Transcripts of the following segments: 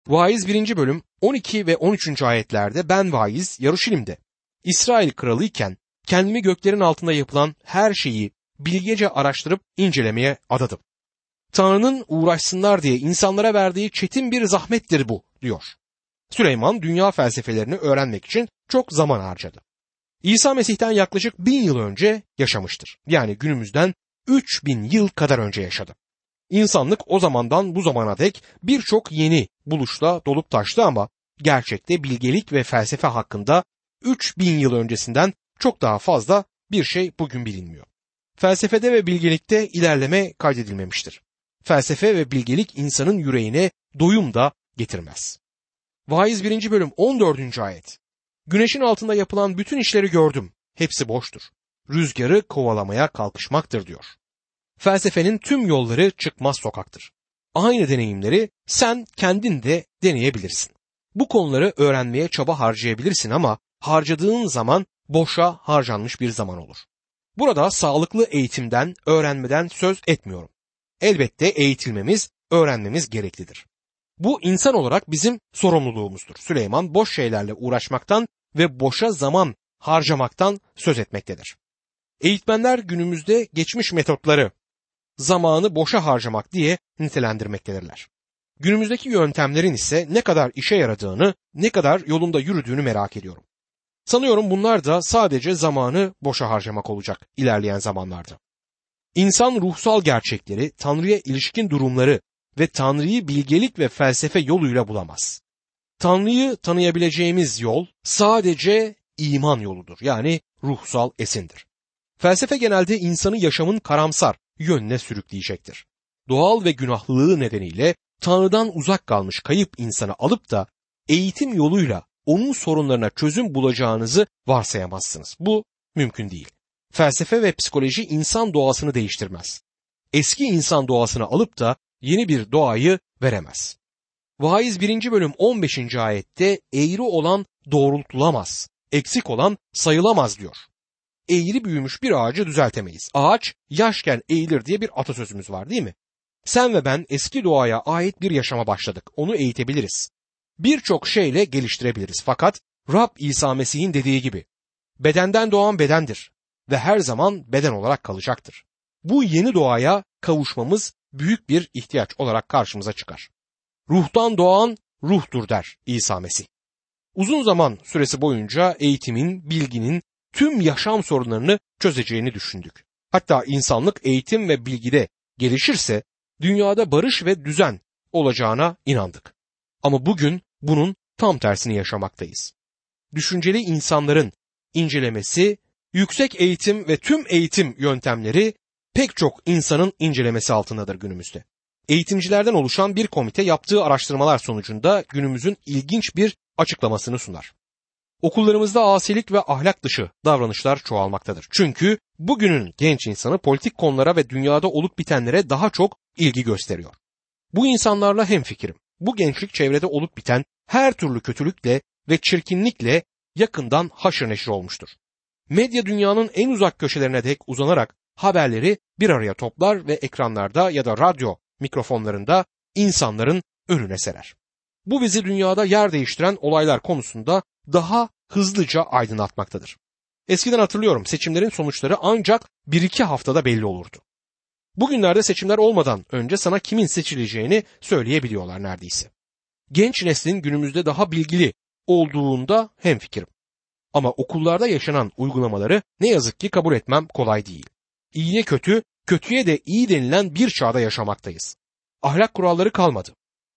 Vaiz 1. bölüm 12 ve 13. ayetlerde ben vaiz Yaruşilim'de İsrail kralı iken kendimi göklerin altında yapılan her şeyi bilgece araştırıp incelemeye adadım. Tanrı'nın uğraşsınlar diye insanlara verdiği çetin bir zahmettir bu diyor. Süleyman dünya felsefelerini öğrenmek için çok zaman harcadı. İsa Mesih'ten yaklaşık 1000 yıl önce yaşamıştır. Yani günümüzden 3000 yıl kadar önce yaşadı. İnsanlık o zamandan bu zamana dek birçok yeni buluşla dolup taştı ama gerçekte bilgelik ve felsefe hakkında 3000 yıl öncesinden çok daha fazla bir şey bugün bilinmiyor. Felsefede ve bilgelikte ilerleme kaydedilmemiştir. Felsefe ve bilgelik insanın yüreğine doyum da getirmez. Vaiz 1. bölüm 14. ayet. Güneşin altında yapılan bütün işleri gördüm. Hepsi boştur. Rüzgarı kovalamaya kalkışmaktır diyor. Felsefenin tüm yolları çıkmaz sokaktır. Aynı deneyimleri sen kendin de deneyebilirsin. Bu konuları öğrenmeye çaba harcayabilirsin ama harcadığın zaman boşa harcanmış bir zaman olur. Burada sağlıklı eğitimden, öğrenmeden söz etmiyorum. Elbette eğitilmemiz, öğrenmemiz gereklidir. Bu insan olarak bizim sorumluluğumuzdur. Süleyman boş şeylerle uğraşmaktan ve boşa zaman harcamaktan söz etmektedir. Eğitmenler günümüzde geçmiş metotları zamanı boşa harcamak diye nitelendirmektedirler. Günümüzdeki yöntemlerin ise ne kadar işe yaradığını, ne kadar yolunda yürüdüğünü merak ediyorum. Sanıyorum bunlar da sadece zamanı boşa harcamak olacak ilerleyen zamanlarda. İnsan ruhsal gerçekleri, Tanrı'ya ilişkin durumları ve Tanrı'yı bilgelik ve felsefe yoluyla bulamaz. Tanrı'yı tanıyabileceğimiz yol sadece iman yoludur. Yani ruhsal esindir. Felsefe genelde insanı yaşamın karamsar yönüne sürükleyecektir. Doğal ve günahlılığı nedeniyle Tanrı'dan uzak kalmış kayıp insanı alıp da eğitim yoluyla onun sorunlarına çözüm bulacağınızı varsayamazsınız. Bu mümkün değil. Felsefe ve psikoloji insan doğasını değiştirmez. Eski insan doğasını alıp da yeni bir doğayı veremez. Vaiz 1. bölüm 15. ayette eğri olan doğrultulamaz, eksik olan sayılamaz diyor. Eğri büyümüş bir ağacı düzeltemeyiz. Ağaç yaşken eğilir diye bir atasözümüz var değil mi? Sen ve ben eski doğaya ait bir yaşama başladık. Onu eğitebiliriz. Birçok şeyle geliştirebiliriz. Fakat Rab İsa Mesih'in dediği gibi bedenden doğan bedendir ve her zaman beden olarak kalacaktır. Bu yeni doğaya kavuşmamız büyük bir ihtiyaç olarak karşımıza çıkar. Ruhtan doğan ruhtur der İsa Mesih. Uzun zaman süresi boyunca eğitimin, bilginin tüm yaşam sorunlarını çözeceğini düşündük. Hatta insanlık eğitim ve bilgide gelişirse dünyada barış ve düzen olacağına inandık. Ama bugün bunun tam tersini yaşamaktayız. Düşünceli insanların incelemesi, yüksek eğitim ve tüm eğitim yöntemleri pek çok insanın incelemesi altındadır günümüzde. Eğitimcilerden oluşan bir komite yaptığı araştırmalar sonucunda günümüzün ilginç bir açıklamasını sunar. Okullarımızda asilik ve ahlak dışı davranışlar çoğalmaktadır. Çünkü bugünün genç insanı politik konulara ve dünyada olup bitenlere daha çok ilgi gösteriyor. Bu insanlarla hemfikirim. Bu gençlik çevrede olup biten her türlü kötülükle ve çirkinlikle yakından haşır neşir olmuştur. Medya dünyanın en uzak köşelerine dek uzanarak haberleri bir araya toplar ve ekranlarda ya da radyo mikrofonlarında insanların önüne serer. Bu bizi dünyada yer değiştiren olaylar konusunda daha hızlıca aydınlatmaktadır. Eskiden hatırlıyorum, seçimlerin sonuçları ancak 1-2 haftada belli olurdu. Bugünlerde seçimler olmadan önce sana kimin seçileceğini söyleyebiliyorlar neredeyse. Genç neslin günümüzde daha bilgili olduğunda hemfikirim. Ama okullarda yaşanan uygulamaları ne yazık ki kabul etmem kolay değil. İyiye kötü, kötüye de iyi denilen bir çağda yaşamaktayız. Ahlak kuralları kalmadı.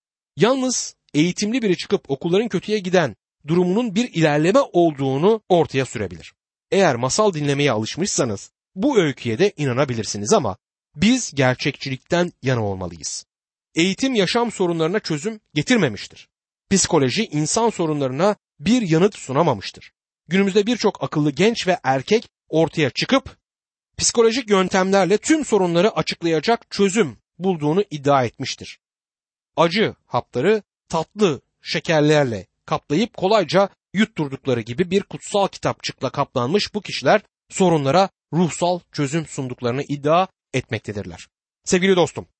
Yalnız eğitimli biri çıkıp okulların kötüye giden durumunun bir ilerleme olduğunu ortaya sürebilir. Eğer masal dinlemeye alışmışsanız bu öyküye de inanabilirsiniz ama biz gerçekçilikten yana olmalıyız. Eğitim yaşam sorunlarına çözüm getirmemiştir. Psikoloji insan sorunlarına bir yanıt sunamamıştır. Günümüzde birçok akıllı genç ve erkek ortaya çıkıp psikolojik yöntemlerle tüm sorunları açıklayacak çözüm bulduğunu iddia etmiştir. Acı hapları tatlı şekerlerle kaplayıp kolayca yutturdukları gibi bir kutsal kitapçıkla kaplanmış bu kişiler sorunlara ruhsal çözüm sunduklarını iddia etmektedirler. Sevgili dostum,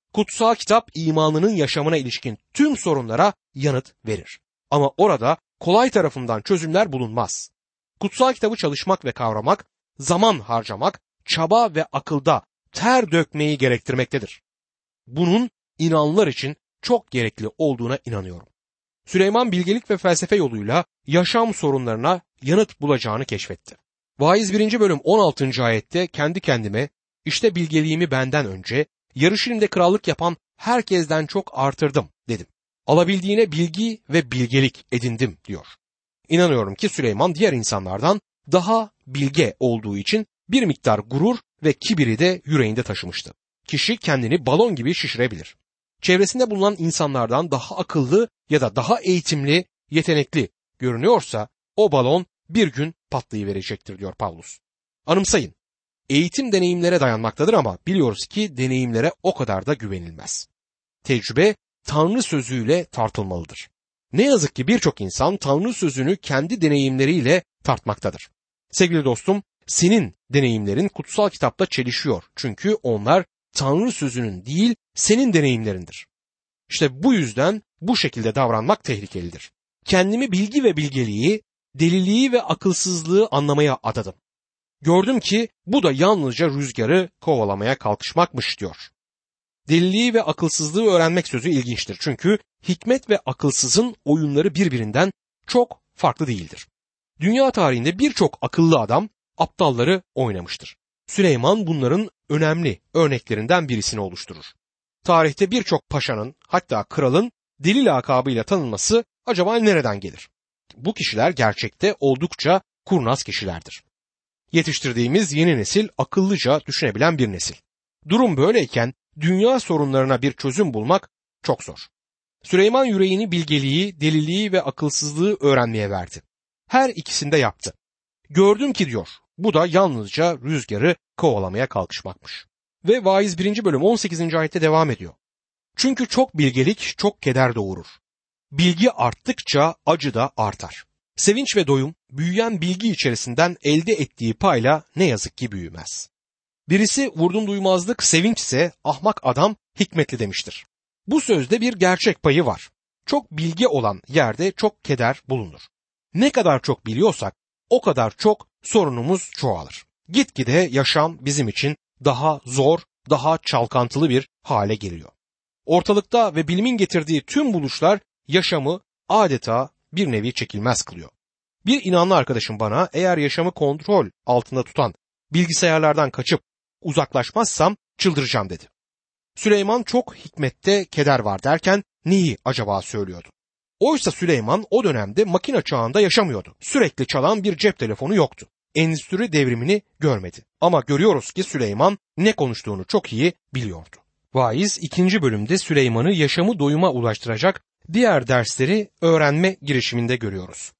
Kutsal kitap imanının yaşamına ilişkin tüm sorunlara yanıt verir. Ama orada kolay tarafından çözümler bulunmaz. Kutsal kitabı çalışmak ve kavramak, zaman harcamak, çaba ve akılda ter dökmeyi gerektirmektedir. Bunun inananlar için çok gerekli olduğuna inanıyorum. Süleyman bilgelik ve felsefe yoluyla yaşam sorunlarına yanıt bulacağını keşfetti. Vaiz 1. bölüm 16. ayette kendi kendime işte bilgeliğimi benden önce Yarışilim'de krallık yapan herkesten çok artırdım dedim. Alabildiğine bilgi ve bilgelik edindim diyor. İnanıyorum ki Süleyman diğer insanlardan daha bilge olduğu için bir miktar gurur ve kibiri de yüreğinde taşımıştı. Kişi kendini balon gibi şişirebilir. Çevresinde bulunan insanlardan daha akıllı ya da daha eğitimli, yetenekli görünüyorsa o balon bir gün patlayıverecektir diyor Pavlus. Anımsayın, eğitim deneyimlere dayanmaktadır ama biliyoruz ki deneyimlere o kadar da güvenilmez. Tecrübe Tanrı sözüyle tartılmalıdır. Ne yazık ki birçok insan Tanrı sözünü kendi deneyimleriyle tartmaktadır. Sevgili dostum, senin deneyimlerin kutsal kitapta çelişiyor. Çünkü onlar Tanrı sözünün değil, senin deneyimlerindir. İşte bu yüzden bu şekilde davranmak tehlikelidir. Kendimi bilgi ve bilgeliği, deliliği ve akılsızlığı anlamaya adadım. Gördüm ki bu da yalnızca rüzgarı kovalamaya kalkışmakmış diyor. Deliliği ve akılsızlığı öğrenmek sözü ilginçtir. Çünkü hikmet ve akılsızın oyunları birbirinden çok farklı değildir. Dünya tarihinde birçok akıllı adam aptalları oynamıştır. Süleyman bunların önemli örneklerinden birisini oluşturur. Tarihte birçok paşanın hatta kralın deli lakabıyla tanınması acaba nereden gelir? Bu kişiler gerçekte oldukça kurnaz kişilerdir. Yetiştirdiğimiz yeni nesil akıllıca düşünebilen bir nesil. Durum böyleyken dünya sorunlarına bir çözüm bulmak çok zor. Süleyman yüreğini bilgeliği, deliliği ve akılsızlığı öğrenmeye verdi. Her ikisini de yaptı. Gördüm ki diyor, bu da yalnızca rüzgarı kovalamaya kalkışmakmış. Ve Vaiz 1. bölüm 18. ayette devam ediyor. Çünkü çok bilgelik çok keder doğurur. Bilgi arttıkça acı da artar. Sevinç ve doyum büyüyen bilgi içerisinden elde ettiği payla ne yazık ki büyümez. Birisi vurdum duymazlık sevinçse ahmak adam hikmetli demiştir. Bu sözde bir gerçek payı var. Çok bilgi olan yerde çok keder bulunur. Ne kadar çok biliyorsak o kadar çok sorunumuz çoğalır. Gitgide yaşam bizim için daha zor, daha çalkantılı bir hale geliyor. Ortalıkta ve bilimin getirdiği tüm buluşlar yaşamı adeta bir nevi çekilmez kılıyor. Bir inanlı arkadaşım bana eğer yaşamı kontrol altında tutan bilgisayarlardan kaçıp uzaklaşmazsam çıldıracağım dedi. Süleyman çok hikmette keder var derken neyi acaba söylüyordu? Oysa Süleyman o dönemde makine çağında yaşamıyordu. Sürekli çalan bir cep telefonu yoktu. Endüstri devrimini görmedi. Ama görüyoruz ki Süleyman ne konuştuğunu çok iyi biliyordu. Vaiz 2. bölümde Süleyman'ı yaşamı doyuma ulaştıracak diğer dersleri öğrenme girişiminde görüyoruz.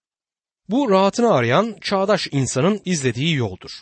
Bu rahatını arayan çağdaş insanın izlediği yoldur.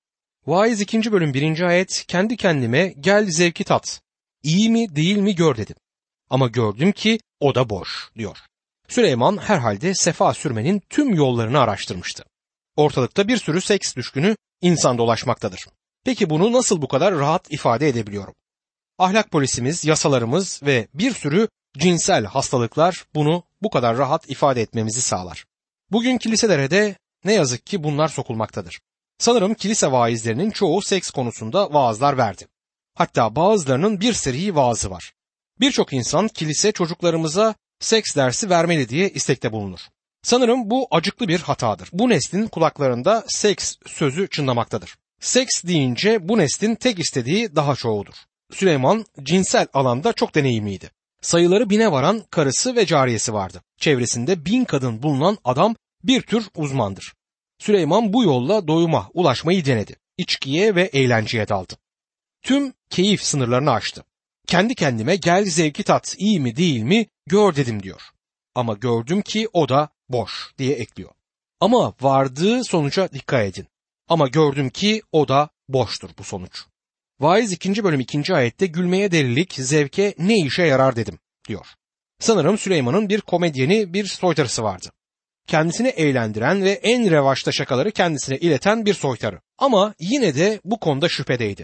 Vaiz 2. bölüm 1. ayet kendi kendime gel zevki tat. İyi mi değil mi gör dedim. Ama gördüm ki o da boş diyor. Süleyman herhalde sefa sürmenin tüm yollarını araştırmıştı. Ortalıkta bir sürü seks düşkünü insan dolaşmaktadır. Peki bunu nasıl bu kadar rahat ifade edebiliyorum? Ahlak polisimiz, yasalarımız ve bir sürü cinsel hastalıklar bunu bu kadar rahat ifade etmemizi sağlar. Bugün kiliselere de ne yazık ki bunlar sokulmaktadır. Sanırım kilise vaizlerinin çoğu seks konusunda vaazlar verdi. Hatta bazılarının bir seri vaazı var. Birçok insan kilise çocuklarımıza seks dersi vermeli diye istekte bulunur. Sanırım bu acıklı bir hatadır. Bu neslin kulaklarında seks sözü çınlamaktadır. Seks deyince bu neslin tek istediği daha çoğudur. Süleyman cinsel alanda çok deneyimliydi. Sayıları 1000'e varan karısı ve cariyesi vardı. Çevresinde 1000 kadın bulunan adam bir tür uzmandır. Süleyman bu yolla doyuma ulaşmayı denedi. İçkiye ve eğlenceye daldı. Tüm keyif sınırlarını aştı. Kendi kendime gel zevki tat iyi mi değil mi gör dedim diyor. Ama gördüm ki o da boş diye ekliyor. Ama vardığı sonuca dikkat edin. Ama gördüm ki o da boştur bu sonuç. Vaiz 2. bölüm 2. ayette gülmeye delilik zevke ne işe yarar dedim diyor. Sanırım Süleyman'ın bir komedyeni bir soytarısı vardı. Kendisini eğlendiren ve en revaçta şakaları kendisine ileten bir soytarı. Ama yine de bu konuda şüphedeydi.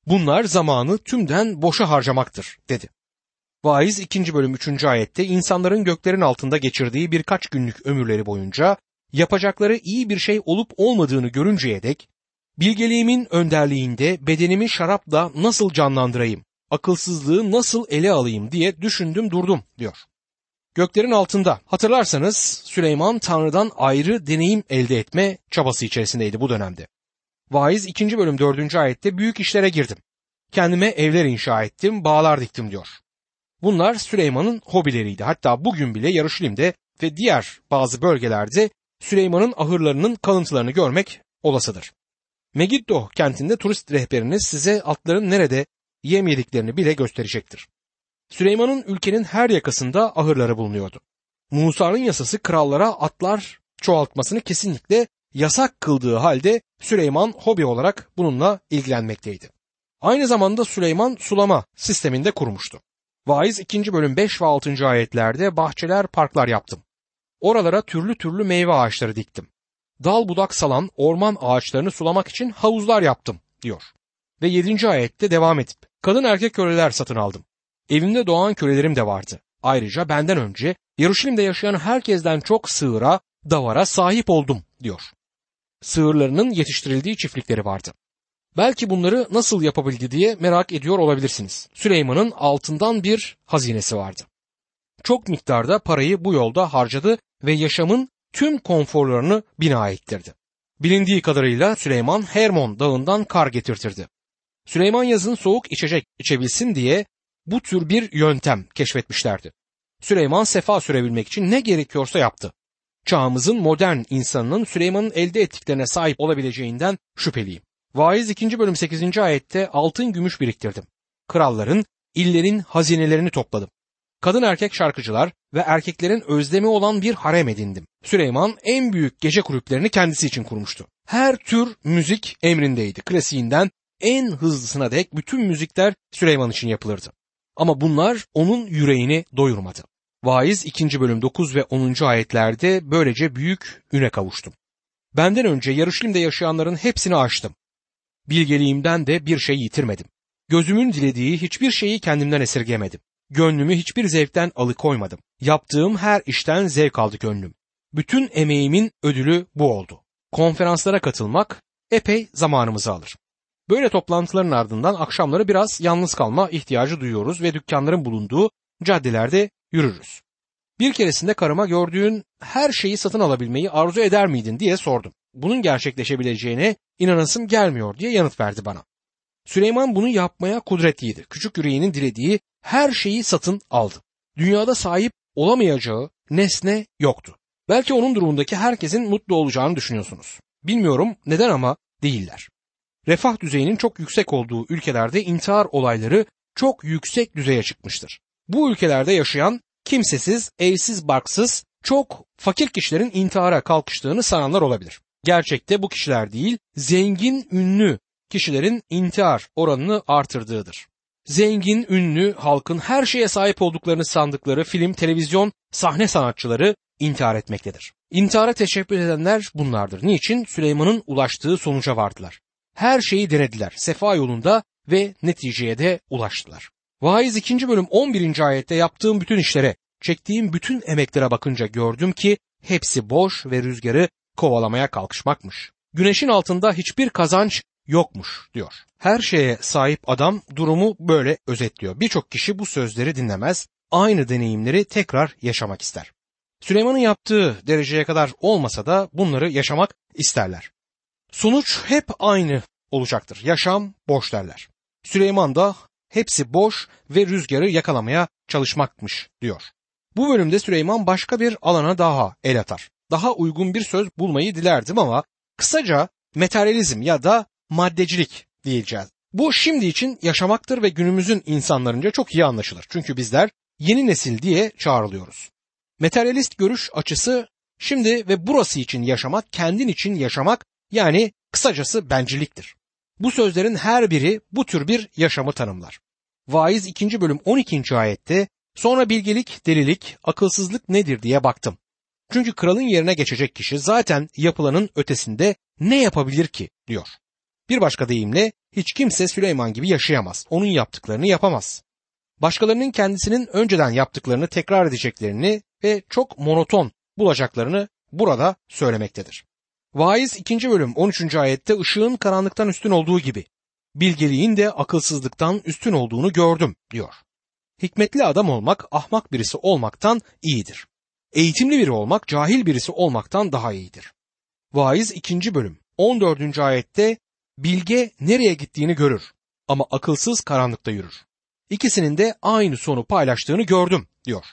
Bunlar zamanı tümden boşa harcamaktır dedi. Vaiz 2. bölüm 3. ayette insanların göklerin altında geçirdiği birkaç günlük ömürleri boyunca yapacakları iyi bir şey olup olmadığını görünceye dek bilgeliğimin önderliğinde bedenimi şarapla nasıl canlandırayım, akılsızlığı nasıl ele alayım diye düşündüm durdum diyor. Göklerin altında hatırlarsanız Süleyman Tanrı'dan ayrı deneyim elde etme çabası içerisindeydi bu dönemde. Vaiz 2. bölüm 4. ayette büyük işlere girdim. Kendime evler inşa ettim, bağlar diktim diyor. Bunlar Süleyman'ın hobileriydi. Hatta bugün bile Yaruşilim'de ve diğer bazı bölgelerde Süleyman'ın ahırlarının kalıntılarını görmek olasıdır. Megiddo kentinde turist rehberiniz size atların nerede yem yediklerini bile gösterecektir. Süleyman'ın ülkenin her yakasında ahırları bulunuyordu. Musa'nın yasası krallara atlar çoğaltmasını kesinlikle yasak kıldığı halde Süleyman hobi olarak bununla ilgilenmekteydi. Aynı zamanda Süleyman sulama sisteminde kurmuştu. Vaiz 2. bölüm 5 ve 6. ayetlerde bahçeler, parklar yaptım. Oralara türlü türlü meyve ağaçları diktim. Dal budak salan orman ağaçlarını sulamak için havuzlar yaptım diyor. Ve 7. ayette devam edip kadın erkek köleler satın aldım. Evimde doğan kölelerim de vardı. Ayrıca benden önce Yaruşilim'de yaşayan herkesten çok sığıra, davara sahip oldum diyor. Sığırlarının yetiştirildiği çiftlikleri vardı. Belki bunları nasıl yapabildi diye merak ediyor olabilirsiniz. Süleyman'ın altından bir hazinesi vardı. Çok miktarda parayı bu yolda harcadı ve yaşamın tüm konforlarını bina ettirdi. Bilindiği kadarıyla Süleyman Hermon dağından kar getirtirdi. Süleyman yazın soğuk içecek içebilsin diye bu tür bir yöntem keşfetmişlerdi. Süleyman sefa sürebilmek için ne gerekiyorsa yaptı. Çağımızın modern insanının Süleyman'ın elde ettiklerine sahip olabileceğinden şüpheliyim. Vaiz 2. bölüm 8. ayette altın gümüş biriktirdim. Kralların, illerin hazinelerini topladım. Kadın erkek şarkıcılar ve erkeklerin özlemi olan bir harem edindim. Süleyman en büyük gece kulüplerini kendisi için kurmuştu. Her tür müzik emrindeydi. Klasiğinden en hızlısına dek bütün müzikler Süleyman için yapılırdı. Ama bunlar onun yüreğini doyurmadı. Vaiz 2. bölüm 9 ve 10. ayetlerde böylece büyük üne kavuştum. Benden önce Yaruşilim'de yaşayanların hepsini aştım. Bilgeliğimden de bir şey yitirmedim. Gözümün dilediği hiçbir şeyi kendimden esirgemedim. Gönlümü hiçbir zevkten alıkoymadım. Yaptığım her işten zevk aldı gönlüm. Bütün emeğimin ödülü bu oldu. Konferanslara katılmak epey zamanımızı alır. Böyle toplantıların ardından akşamları biraz yalnız kalma ihtiyacı duyuyoruz ve dükkanların bulunduğu caddelerde yürürüz. Bir keresinde karıma gördüğün her şeyi satın alabilmeyi arzu eder miydin diye sordum. Bunun gerçekleşebileceğine inanasım gelmiyor diye yanıt verdi bana. Süleyman bunu yapmaya kudretliydi. Küçük yüreğinin dilediği her şeyi satın aldı. Dünyada sahip olamayacağı nesne yoktu. Belki onun durumundaki herkesin mutlu olacağını düşünüyorsunuz. Bilmiyorum neden ama değiller. Refah düzeyinin çok yüksek olduğu ülkelerde intihar olayları çok yüksek düzeye çıkmıştır. Bu ülkelerde yaşayan kimsesiz, evsiz, barksız, çok fakir kişilerin intihara kalkıştığını sananlar olabilir. Gerçekte bu kişiler değil, zengin, ünlü kişilerin intihar oranını artırdığıdır. Zengin, ünlü halkın her şeye sahip olduklarını sandıkları film, televizyon, sahne sanatçıları intihar etmektedir. İntihara teşebbüs edenler bunlardır. Niçin? Süleyman'ın ulaştığı sonuca vardılar. Her şeyi denediler, sefa yolunda ve neticeye de ulaştılar. Vaiz 2. bölüm 11. ayette yaptığım bütün işlere, çektiğim bütün emeklere bakınca gördüm ki hepsi boş ve rüzgarı kovalamaya kalkışmakmış. Güneşin altında hiçbir kazanç yokmuş diyor. Her şeye sahip adam durumu böyle özetliyor. Birçok kişi bu sözleri dinlemez, aynı deneyimleri tekrar yaşamak ister. Süleyman'ın yaptığı dereceye kadar olmasa da bunları yaşamak isterler. Sonuç hep aynı olacaktır. Yaşam boş derler. Süleyman da hepsi boş ve rüzgarı yakalamaya çalışmakmış diyor. Bu bölümde Süleyman başka bir alana daha el atar. Daha uygun bir söz bulmayı dilerdim ama kısaca materyalizm ya da maddecilik diyeceğiz. Bu şimdi için yaşamaktır ve günümüzün insanlarınca çok iyi anlaşılır. Çünkü bizler yeni nesil diye çağrılıyoruz. Materyalist görüş açısı şimdi ve burası için yaşamak, kendin için yaşamak yani kısacası bencilliktir. Bu sözlerin her biri bu tür bir yaşamı tanımlar. Vaiz 2. bölüm 12. ayette sonra bilgelik, delilik, akılsızlık nedir diye baktım. Çünkü kralın yerine geçecek kişi zaten yapılanın ötesinde ne yapabilir ki diyor. Bir başka deyimle hiç kimse Süleyman gibi yaşayamaz. Onun yaptıklarını yapamaz. Başkalarının kendisinin önceden yaptıklarını tekrar edeceklerini ve çok monoton bulacaklarını burada söylemektedir. Vaiz 2. bölüm 13. ayette ışığın karanlıktan üstün olduğu gibi bilgeliğin de akılsızlıktan üstün olduğunu gördüm diyor. Hikmetli adam olmak ahmak birisi olmaktan iyidir. Eğitimli biri olmak cahil birisi olmaktan daha iyidir. Vaiz 2. bölüm 14. ayette bilge nereye gittiğini görür ama akılsız karanlıkta yürür. İkisinin de aynı sonu paylaştığını gördüm diyor.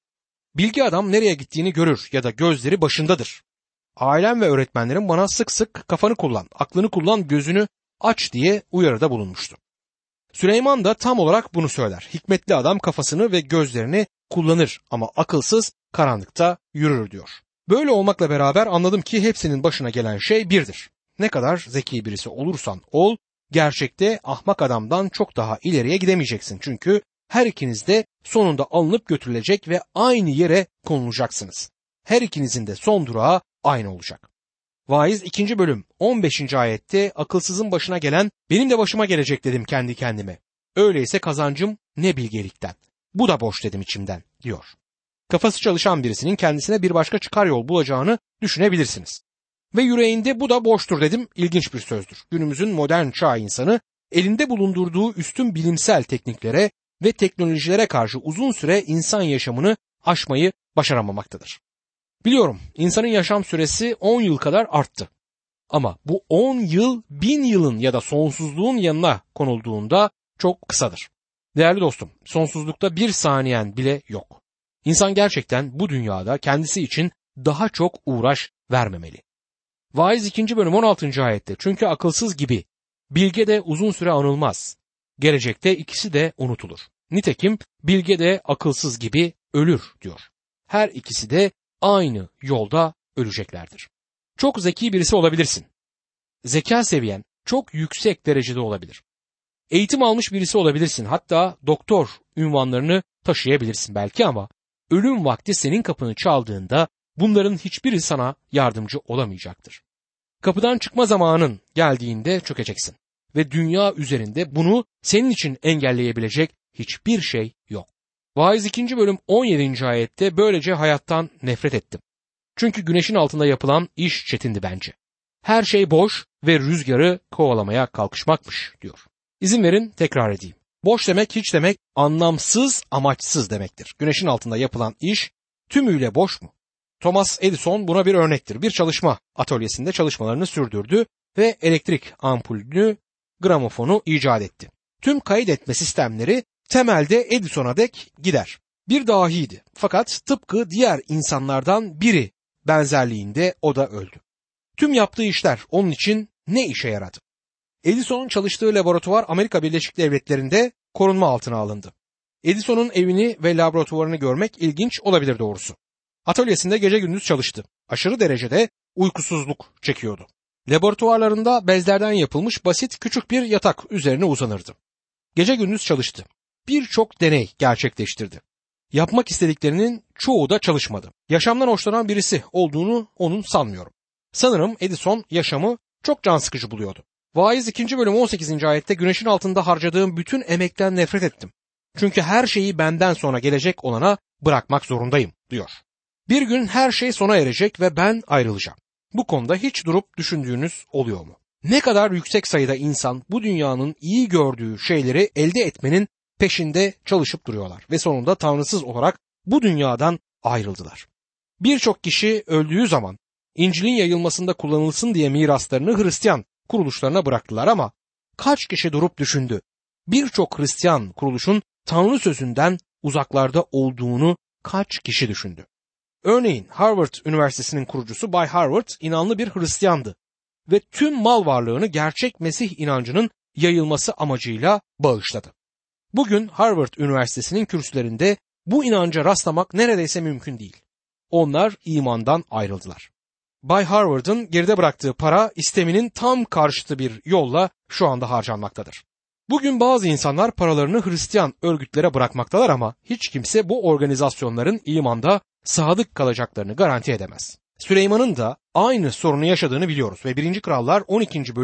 Bilgi adam nereye gittiğini görür ya da gözleri başındadır. Ailem ve öğretmenlerim bana sık sık kafanı kullan, aklını kullan, gözünü aç diye uyarıda bulunmuştu. Süleyman da tam olarak bunu söyler. Hikmetli adam kafasını ve gözlerini kullanır ama akılsız karanlıkta yürür diyor. Böyle olmakla beraber anladım ki hepsinin başına gelen şey birdir. Ne kadar zeki birisi olursan ol, gerçekte ahmak adamdan çok daha ileriye gidemeyeceksin. Çünkü her ikiniz de sonunda alınıp götürülecek ve aynı yere konulacaksınız. Her ikinizin de son durağı aynı olacak. Vaiz 2. bölüm 15. ayette akılsızın başına gelen benim de başıma gelecek dedim kendi kendime. Öyleyse kazancım ne bilgelikten. Bu da boş dedim içimden diyor. Kafası çalışan birisinin kendisine bir başka çıkar yol bulacağını düşünebilirsiniz. Ve yüreğinde bu da boştur dedim ilginç bir sözdür. Günümüzün modern çağ insanı elinde bulundurduğu üstün bilimsel tekniklere ve teknolojilere karşı uzun süre insan yaşamını aşmayı başaramamaktadır. Biliyorum insanın yaşam süresi 10 yıl kadar arttı. Ama bu 10 yıl 1000 yılın ya da sonsuzluğun yanına konulduğunda çok kısadır. Değerli dostum, sonsuzlukta bir saniyen bile yok. İnsan gerçekten bu dünyada kendisi için daha çok uğraş vermemeli. Vaiz 2. bölüm 16. ayette çünkü akılsız gibi bilge de uzun süre anılmaz. Gelecekte ikisi de unutulur. Nitekim bilge de akılsız gibi ölür diyor. Her ikisi de aynı yolda öleceklerdir. Çok zeki birisi olabilirsin. Zeka seviyen çok yüksek derecede olabilir. Eğitim almış birisi olabilirsin. Hatta doktor unvanlarını taşıyabilirsin belki ama ölüm vakti senin kapını çaldığında bunların hiçbiri sana yardımcı olamayacaktır. Kapıdan çıkma zamanın geldiğinde çökeceksin ve dünya üzerinde bunu senin için engelleyebilecek hiçbir şey yok. Vaiz 2. bölüm 17. ayette böylece hayattan nefret ettim. Çünkü güneşin altında yapılan iş çetindi bence. Her şey boş ve rüzgarı kovalamaya kalkışmakmış diyor. İzin verin tekrar edeyim. Boş demek hiç demek anlamsız, amaçsız demektir. Güneşin altında yapılan iş tümüyle boş mu? Thomas Edison buna bir örnektir. Bir çalışma atölyesinde çalışmalarını sürdürdü ve elektrik ampulünü, gramofonu icat etti. Tüm kaydetme sistemleri temelde Edison'a dek gider. Bir dahiydi. Fakat tıpkı diğer insanlardan biri benzerliğinde o da öldü. Tüm yaptığı işler onun için ne işe yaradı? Edison'un çalıştığı laboratuvar Amerika Birleşik Devletleri'nde korunma altına alındı. Edison'un evini ve laboratuvarını görmek ilginç olabilir doğrusu. Atölyesinde gece gündüz çalıştı. Aşırı derecede uykusuzluk çekiyordu. Laboratuvarlarında bezlerden yapılmış basit küçük bir yatak üzerine uzanırdı. Gece gündüz çalıştı. Birçok deney gerçekleştirdi. Yapmak istediklerinin çoğu da çalışmadı. Yaşamdan hoşlanan birisi olduğunu onun sanmıyorum. Sanırım Edison yaşamı çok can sıkıcı buluyordu. Vaiz 2. bölüm 18. ayette güneşin altında harcadığım bütün emekten nefret ettim. Çünkü her şeyi benden sonra gelecek olana bırakmak zorundayım diyor. Bir gün her şey sona erecek ve ben ayrılacağım. Bu konuda hiç durup düşündüğünüz oluyor mu? Ne kadar yüksek sayıda insan bu dünyanın iyi gördüğü şeyleri elde etmenin peşinde çalışıp duruyorlar ve sonunda tanrısız olarak bu dünyadan ayrıldılar. Birçok kişi öldüğü zaman İncil'in yayılmasında kullanılsın diye miraslarını Hristiyan kuruluşlarına bıraktılar ama kaç kişi durup düşündü? Birçok Hristiyan kuruluşun Tanrı sözünden uzaklarda olduğunu kaç kişi düşündü? Örneğin Harvard Üniversitesi'nin kurucusu Bay Harvard inanlı bir Hristiyandı ve tüm mal varlığını gerçek Mesih inancının yayılması amacıyla bağışladı. Bugün Harvard Üniversitesi'nin kürsülerinde bu inanca rastlamak neredeyse mümkün değil. Onlar imandan ayrıldılar. Bay Harvard'ın geride bıraktığı para isteminin tam karşıtı bir yolla şu anda harcanmaktadır. Bugün bazı insanlar paralarını Hristiyan örgütlere bırakmaktalar ama hiç kimse bu organizasyonların imanda sadık kalacaklarını garanti edemez. Süleyman'ın da aynı sorunu yaşadığını biliyoruz ve 1. Krallar 12. bölüm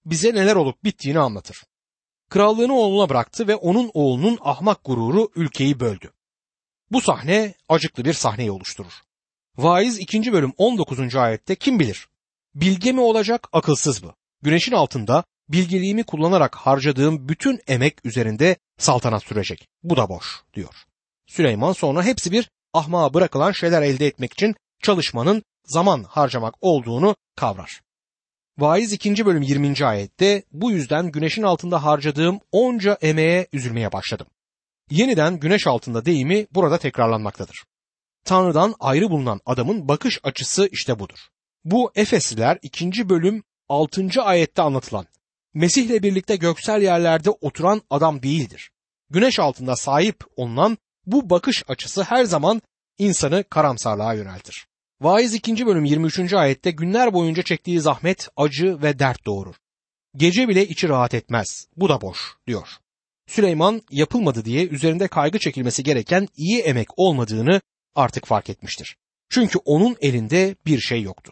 bize neler olup bittiğini anlatır. Krallığını oğluna bıraktı ve onun oğlunun ahmak gururu ülkeyi böldü. Bu sahne acıklı bir sahneyi oluşturur. Vaiz 2. bölüm 19. ayette kim bilir? Bilge mi olacak, akılsız mı? Güneşin altında bilgeliğimi kullanarak harcadığım bütün emek üzerinde saltanat sürecek. Bu da boş diyor. Süleyman sonra hepsi bir ahmağa bırakılan şeyler elde etmek için çalışmanın zaman harcamak olduğunu kavrar. Vaiz 2. bölüm 20. ayette bu yüzden güneşin altında harcadığım onca emeğe üzülmeye başladım. Yeniden güneş altında deyimi burada tekrarlanmaktadır. Tanrı'dan ayrı bulunan adamın bakış açısı işte budur. Bu Efesliler 2. bölüm 6. ayette anlatılan Mesih'le birlikte göksel yerlerde oturan adam değildir. Güneş altında sahip olunan bu bakış açısı her zaman insanı karamsarlığa yöneltir. Vaiz 2. bölüm 23. ayette günler boyunca çektiği zahmet, acı ve dert doğurur. Gece bile içi rahat etmez. Bu da boş diyor. Süleyman yapılmadı diye üzerinde kaygı çekilmesi gereken iyi emek olmadığını artık fark etmiştir. Çünkü onun elinde bir şey yoktu.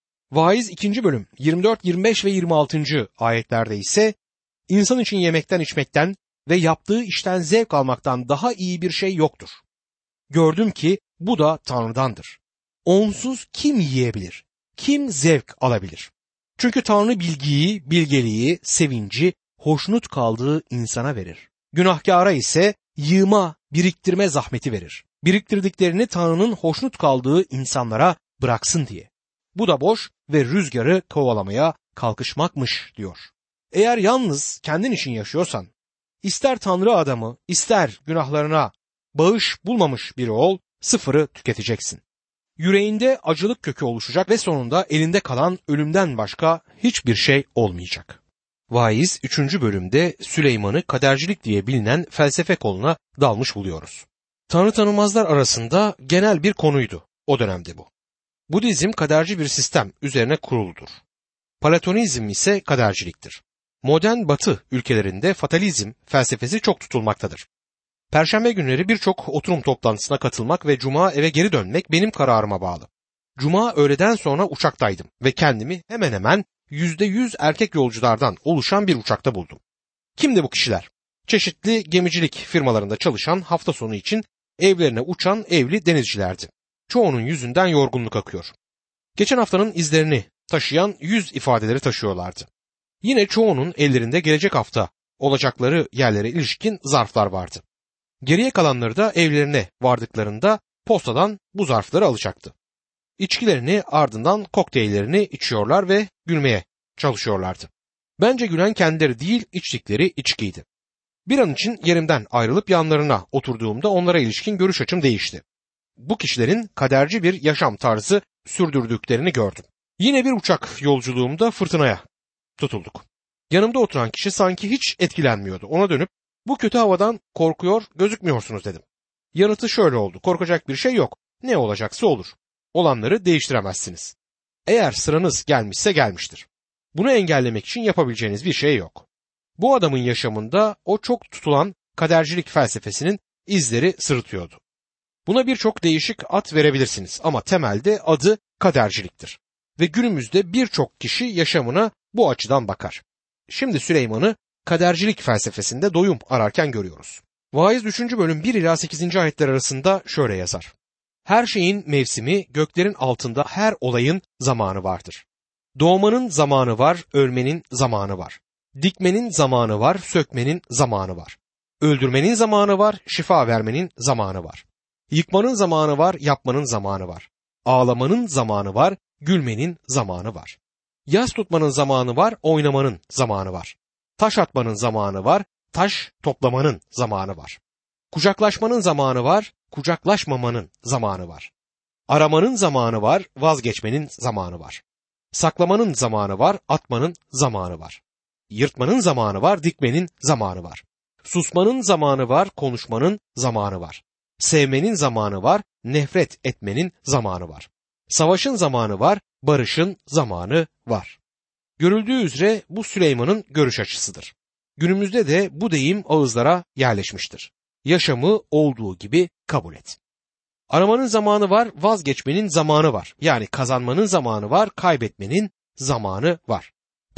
Vaiz 2. bölüm 24, 25 ve 26. ayetlerde ise insan için yemekten içmekten ve yaptığı işten zevk almaktan daha iyi bir şey yoktur. Gördüm ki bu da Tanrı'dandır. Onsuz kim yiyebilir? Kim zevk alabilir? Çünkü Tanrı bilgiyi, bilgeliği, sevinci, hoşnut kaldığı insana verir. Günahkara ise yığma, biriktirme zahmeti verir. Biriktirdiklerini Tanrı'nın hoşnut kaldığı insanlara bıraksın diye. Bu da boş ve rüzgarı kovalamaya kalkışmakmış diyor. Eğer yalnız kendin için yaşıyorsan, ister Tanrı adamı, ister günahlarına bağış bulmamış biri ol, sıfırı tüketeceksin. Yüreğinde acılık kökü oluşacak ve sonunda elinde kalan ölümden başka hiçbir şey olmayacak. Vaiz 3. bölümde Süleyman'ı kadercilik diye bilinen felsefe koluna dalmış buluyoruz. Tanrı tanımazlar arasında genel bir konuydu o dönemde bu. Budizm kaderci bir sistem üzerine kuruludur. Platonizm ise kaderciliktir. Modern Batı ülkelerinde fatalizm felsefesi çok tutulmaktadır. Perşembe günleri birçok oturum toplantısına katılmak ve cuma eve geri dönmek benim kararıma bağlı. Cuma öğleden sonra uçaktaydım ve kendimi hemen hemen %100 erkek yolculardan oluşan bir uçakta buldum. Kimdi bu kişiler? Çeşitli gemicilik firmalarında çalışan, hafta sonu için evlerine uçan evli denizcilerdi. Çoğunun yüzünden yorgunluk akıyor. Geçen haftanın izlerini taşıyan yüz ifadeleri taşıyorlardı. Yine çoğunun ellerinde gelecek hafta olacakları yerlere ilişkin zarflar vardı. Geriye kalanları da evlerine vardıklarında postadan bu zarfları alacaktı. İçkilerini ardından kokteyllerini içiyorlar ve gülmeye çalışıyorlardı. Bence gülen kendileri değil, içtikleri içkiydi. Bir an için yerimden ayrılıp yanlarına oturduğumda onlara ilişkin görüş açım değişti. Bu kişilerin kaderci bir yaşam tarzı sürdürdüklerini gördüm. Yine bir uçak yolculuğumda fırtınaya tutulduk. Yanımda oturan kişi sanki hiç etkilenmiyordu. Ona dönüp bu kötü havadan korkuyor gözükmüyorsunuz dedim. Yanıtı şöyle oldu: korkacak bir şey yok. Ne olacaksa olur. Olanları değiştiremezsiniz. Eğer sıranız gelmişse gelmiştir. Bunu engellemek için yapabileceğiniz bir şey yok. Bu adamın yaşamında o çok tutulan kadercilik felsefesinin izleri sırıtıyordu. Buna birçok değişik ad verebilirsiniz ama temelde adı kaderciliktir. Ve günümüzde birçok kişi yaşamına bu açıdan bakar. Şimdi Süleyman'ı kadercilik felsefesinde doyum ararken görüyoruz. Vaiz 3. bölüm 1 ila 8. ayetler arasında şöyle yazar: Her şeyin mevsimi, göklerin altında her olayın zamanı vardır. Doğmanın zamanı var, ölmenin zamanı var. Dikmenin zamanı var, sökmenin zamanı var. Öldürmenin zamanı var, şifa vermenin zamanı var. Yıkmanın zamanı var, yapmanın zamanı var. Ağlamanın zamanı var, gülmenin zamanı var. Yas tutmanın zamanı var, oynamanın zamanı var. Taş atmanın zamanı var, taş toplamanın zamanı var. Kucaklaşmanın zamanı var, kucaklaşmamanın zamanı var. Aramanın zamanı var, vazgeçmenin zamanı var. Saklamanın zamanı var, atmanın zamanı var. Yırtmanın zamanı var, dikmenin zamanı var. Susmanın zamanı var, konuşmanın zamanı var. Sevmenin zamanı var, nefret etmenin zamanı var. Savaşın zamanı var, barışın zamanı var. Görüldüğü üzere bu Süleyman'ın görüş açısıdır. Günümüzde de bu deyim ağızlara yerleşmiştir. Yaşamı olduğu gibi kabul et. Aramanın zamanı var, vazgeçmenin zamanı var. Yani kazanmanın zamanı var, kaybetmenin zamanı var.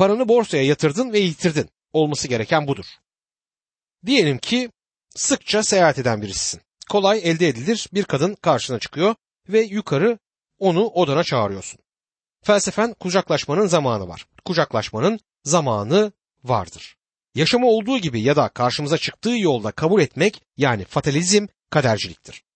Paranı borsaya yatırdın ve yitirdin. Olması gereken budur. Diyelim ki sıkça seyahat eden birisisin. Kolay elde edilir bir kadın karşına çıkıyor ve yukarı onu odana çağırıyorsun. Felsefen kucaklaşmanın zamanı var. Kucaklaşmanın zamanı vardır. Yaşamı olduğu gibi ya da karşımıza çıktığı yolda kabul etmek yani fatalizm kaderciliktir.